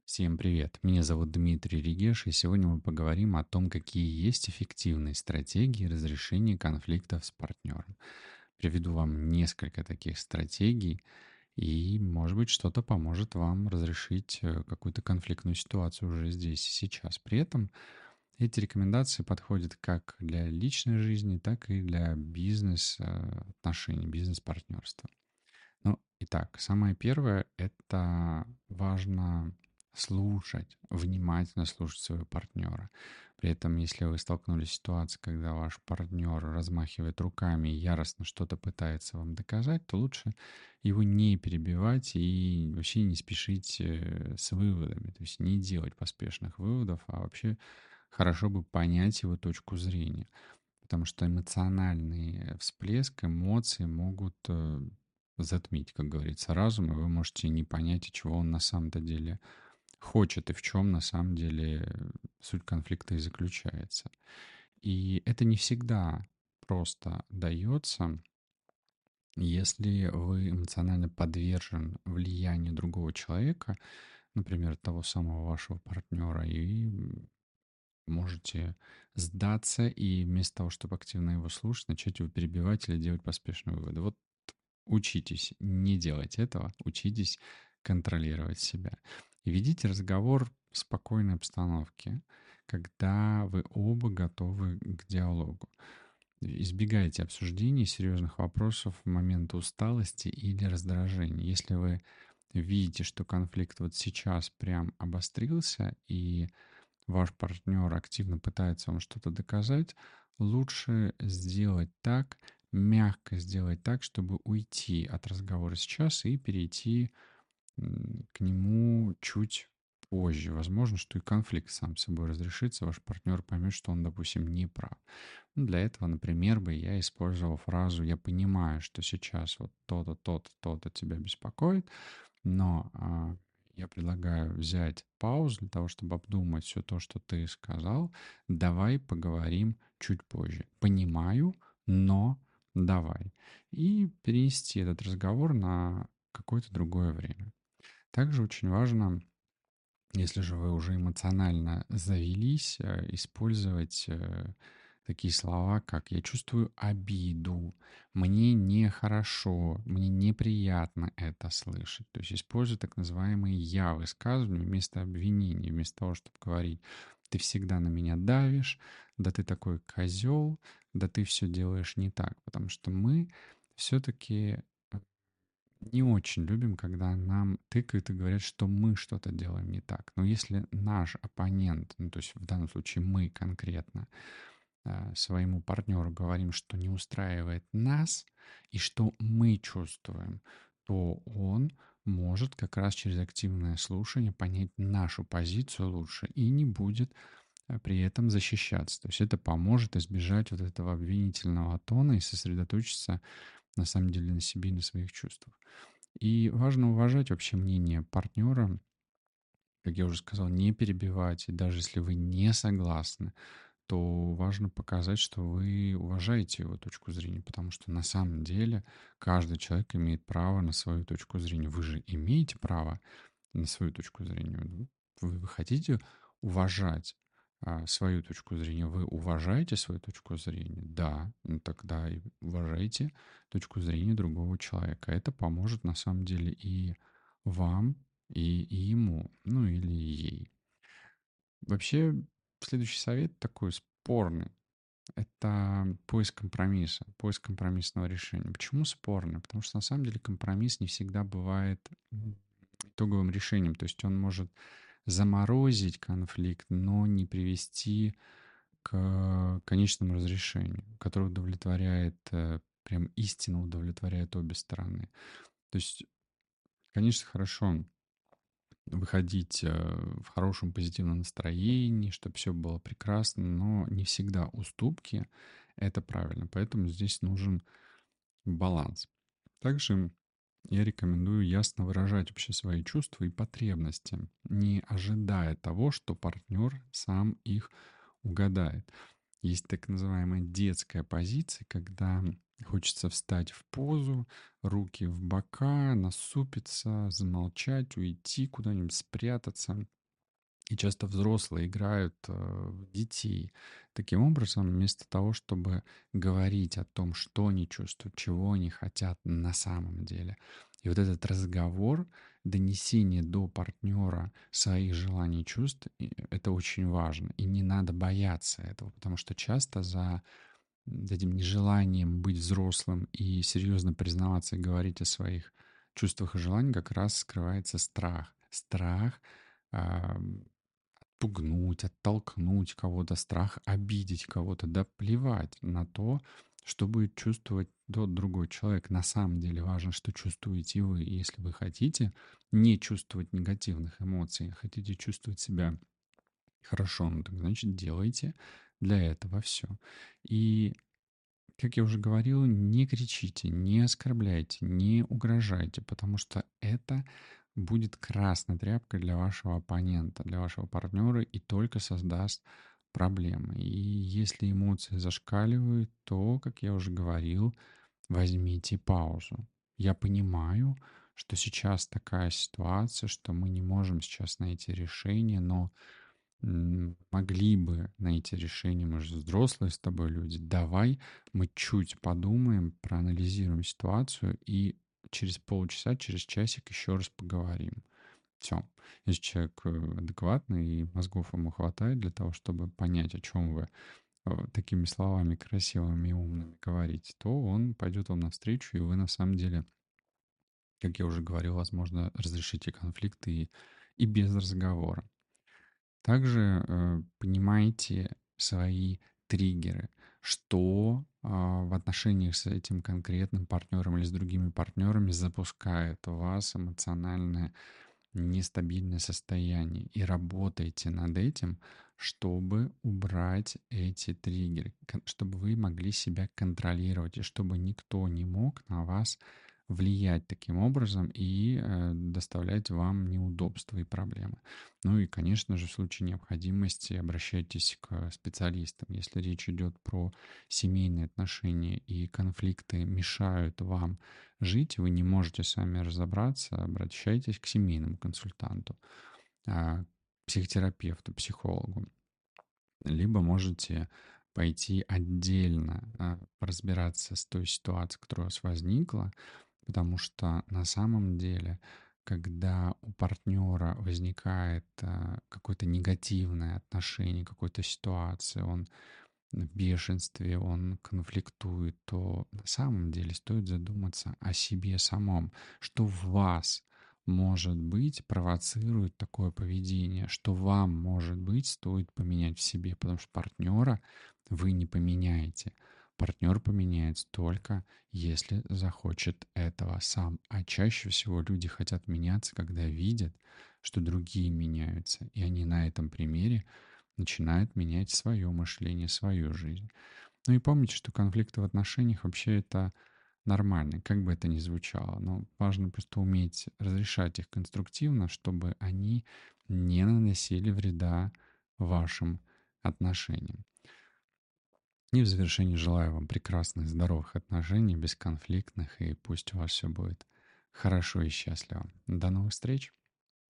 Всем привет! Меня зовут Дмитрий Регеш, и сегодня мы поговорим о том, какие есть эффективные стратегии разрешения конфликтов с партнером. Приведу вам несколько таких стратегий, и, может быть, что-то поможет вам разрешить какую-то конфликтную ситуацию уже здесь и сейчас. При этом эти рекомендации подходят как для личной жизни, так и для бизнес-отношений, бизнес-партнерства. Ну, итак, самое первое — это важно слушать, внимательно слушать своего партнера. При этом, если вы столкнулись с ситуацией, когда ваш партнер размахивает руками и яростно что-то пытается вам доказать, то лучше его не перебивать и вообще не спешить с выводами. То есть не делать поспешных выводов, а вообще хорошо бы понять его точку зрения. Потому что эмоциональный всплеск, эмоции могут затмить, как говорится, разум, и вы можете не понять, чего он на самом-то деле хочет и в чем на самом деле суть конфликта и заключается. И это не всегда просто дается, если вы эмоционально подвержен влиянию другого человека, например, того самого вашего партнера, и можете сдаться и вместо того, чтобы активно его слушать, начать его перебивать или делать поспешные выводы. Вот учитесь не делать этого, учитесь контролировать себя. И ведите разговор в спокойной обстановке, когда вы оба готовы к диалогу. Избегайте обсуждений серьезных вопросов в момент усталости или раздражения. Если вы видите, что конфликт вот сейчас прям обострился, и ваш партнер активно пытается вам что-то доказать, лучше сделать так, мягко сделать так, чтобы уйти от разговора сейчас и перейти к нему чуть позже. Возможно, что и конфликт сам собой разрешится, ваш партнер поймет, что он, допустим, не прав. Ну, для этого, например, бы я использовал фразу «я понимаю, что сейчас вот то-то, то-то, то-то тебя беспокоит, но я предлагаю взять паузу для того, чтобы обдумать все то, что ты сказал. Давай поговорим чуть позже. Понимаю, но давай». И перенести этот разговор на какое-то другое время. Также очень важно, если же вы уже эмоционально завелись, использовать такие слова, как «я чувствую обиду», «мне нехорошо», «мне неприятно это слышать». То есть используя так называемые «я» высказывания вместо обвинений, вместо того, чтобы говорить «ты всегда на меня давишь», «да ты такой козел», «да ты все делаешь не так». Потому что мы все-таки не очень любим, когда нам тыкают и говорят, что мы что-то делаем не так. Но если наш оппонент, ну то есть в данном случае мы конкретно, своему партнеру говорим, что не устраивает нас и что мы чувствуем, то он может как раз через активное слушание понять нашу позицию лучше и не будет при этом защищаться. То есть это поможет избежать вот этого обвинительного тона и сосредоточиться на самом деле на себе и на своих чувствах. И важно уважать вообще мнение партнера, как я уже сказал, не перебивать. И даже если вы не согласны, то важно показать, что вы уважаете его точку зрения, потому что на самом деле каждый человек имеет право на свою точку зрения. Вы же имеете право на свою точку зрения. Ну, вы хотите уважать свою точку зрения, вы уважаете свою точку зрения, да, ну тогда и уважайте точку зрения другого человека. Это поможет на самом деле и вам, и ему, ну или ей. Вообще, следующий совет такой спорный. Это поиск компромисса, поиск компромиссного решения. Почему спорный? Потому что на самом деле компромисс не всегда бывает итоговым решением. То есть он может заморозить конфликт, но не привести к конечному разрешению, которое удовлетворяет, прям истинно удовлетворяет обе стороны. То есть, конечно, хорошо выходить в хорошем позитивном настроении, чтобы все было прекрасно, но не всегда уступки — это правильно. Поэтому здесь нужен баланс. Также я рекомендую ясно выражать вообще свои чувства и потребности, не ожидая того, что партнер сам их угадает. Есть так называемая детская позиция, когда Хочется встать в позу, руки в бока, насупиться, замолчать, уйти куда-нибудь, спрятаться. И часто взрослые играют в детей. Таким образом, вместо того, чтобы говорить о том, что они чувствуют, чего они хотят на самом деле. И вот этот разговор, донесение до партнера своих желаний и чувств, это очень важно. И не надо бояться этого, потому что часто за этим нежеланием быть взрослым и серьезно признаваться и говорить о своих чувствах и желаниях как раз скрывается страх. Страх а, пугнуть, оттолкнуть кого-то, страх обидеть кого-то, да плевать на то, что будет чувствовать тот другой человек. На самом деле важно, что чувствуете вы. И если вы хотите не чувствовать негативных эмоций, а хотите чувствовать себя хорошо, ну так значит делайте для этого все. И как я уже говорил, не кричите, не оскорбляйте, не угрожайте, потому что это будет красной тряпкой для вашего оппонента, для вашего партнера и только создаст проблемы. И если эмоции зашкаливают, то, как я уже говорил, возьмите паузу. Я понимаю, что сейчас такая ситуация, что мы не можем сейчас найти решение, но могли бы найти решение, мы же взрослые с тобой люди, давай мы чуть подумаем, проанализируем ситуацию и через полчаса, через часик еще раз поговорим. Все. Если человек адекватный и мозгов ему хватает для того, чтобы понять, о чем вы такими словами красивыми и умными говорите, то он пойдет вам навстречу, и вы на самом деле, как я уже говорил, возможно, разрешите конфликты и без разговора. Также понимайте свои триггеры, что в отношениях с этим конкретным партнером или с другими партнерами запускает у вас эмоциональное нестабильное состояние. И работайте над этим, чтобы убрать эти триггеры, чтобы вы могли себя контролировать, и чтобы никто не мог на вас влиять таким образом и доставлять вам неудобства и проблемы. Ну и, конечно же, в случае необходимости обращайтесь к специалистам. Если речь идет про семейные отношения и конфликты мешают вам жить, вы не можете сами разобраться, обращайтесь к семейному консультанту, психотерапевту, психологу. Либо можете пойти отдельно разбираться с той ситуацией, которая у вас возникла, потому что на самом деле, когда у партнера возникает какое-то негативное отношение к какой-то ситуации, он в бешенстве, он конфликтует, то на самом деле стоит задуматься о себе самом, что в вас, может быть, провоцирует такое поведение, что вам, может быть, стоит поменять в себе, потому что партнера вы не поменяете. Партнер поменяется только, если захочет этого сам. А чаще всего люди хотят меняться, когда видят, что другие меняются. И они на этом примере начинают менять свое мышление, свою жизнь. Ну и помните, что конфликты в отношениях вообще это нормально, как бы это ни звучало. Но важно просто уметь разрешать их конструктивно, чтобы они не наносили вреда вашим отношениям. И в завершении желаю вам прекрасных, здоровых отношений, бесконфликтных, и пусть у вас все будет хорошо и счастливо. До новых встреч!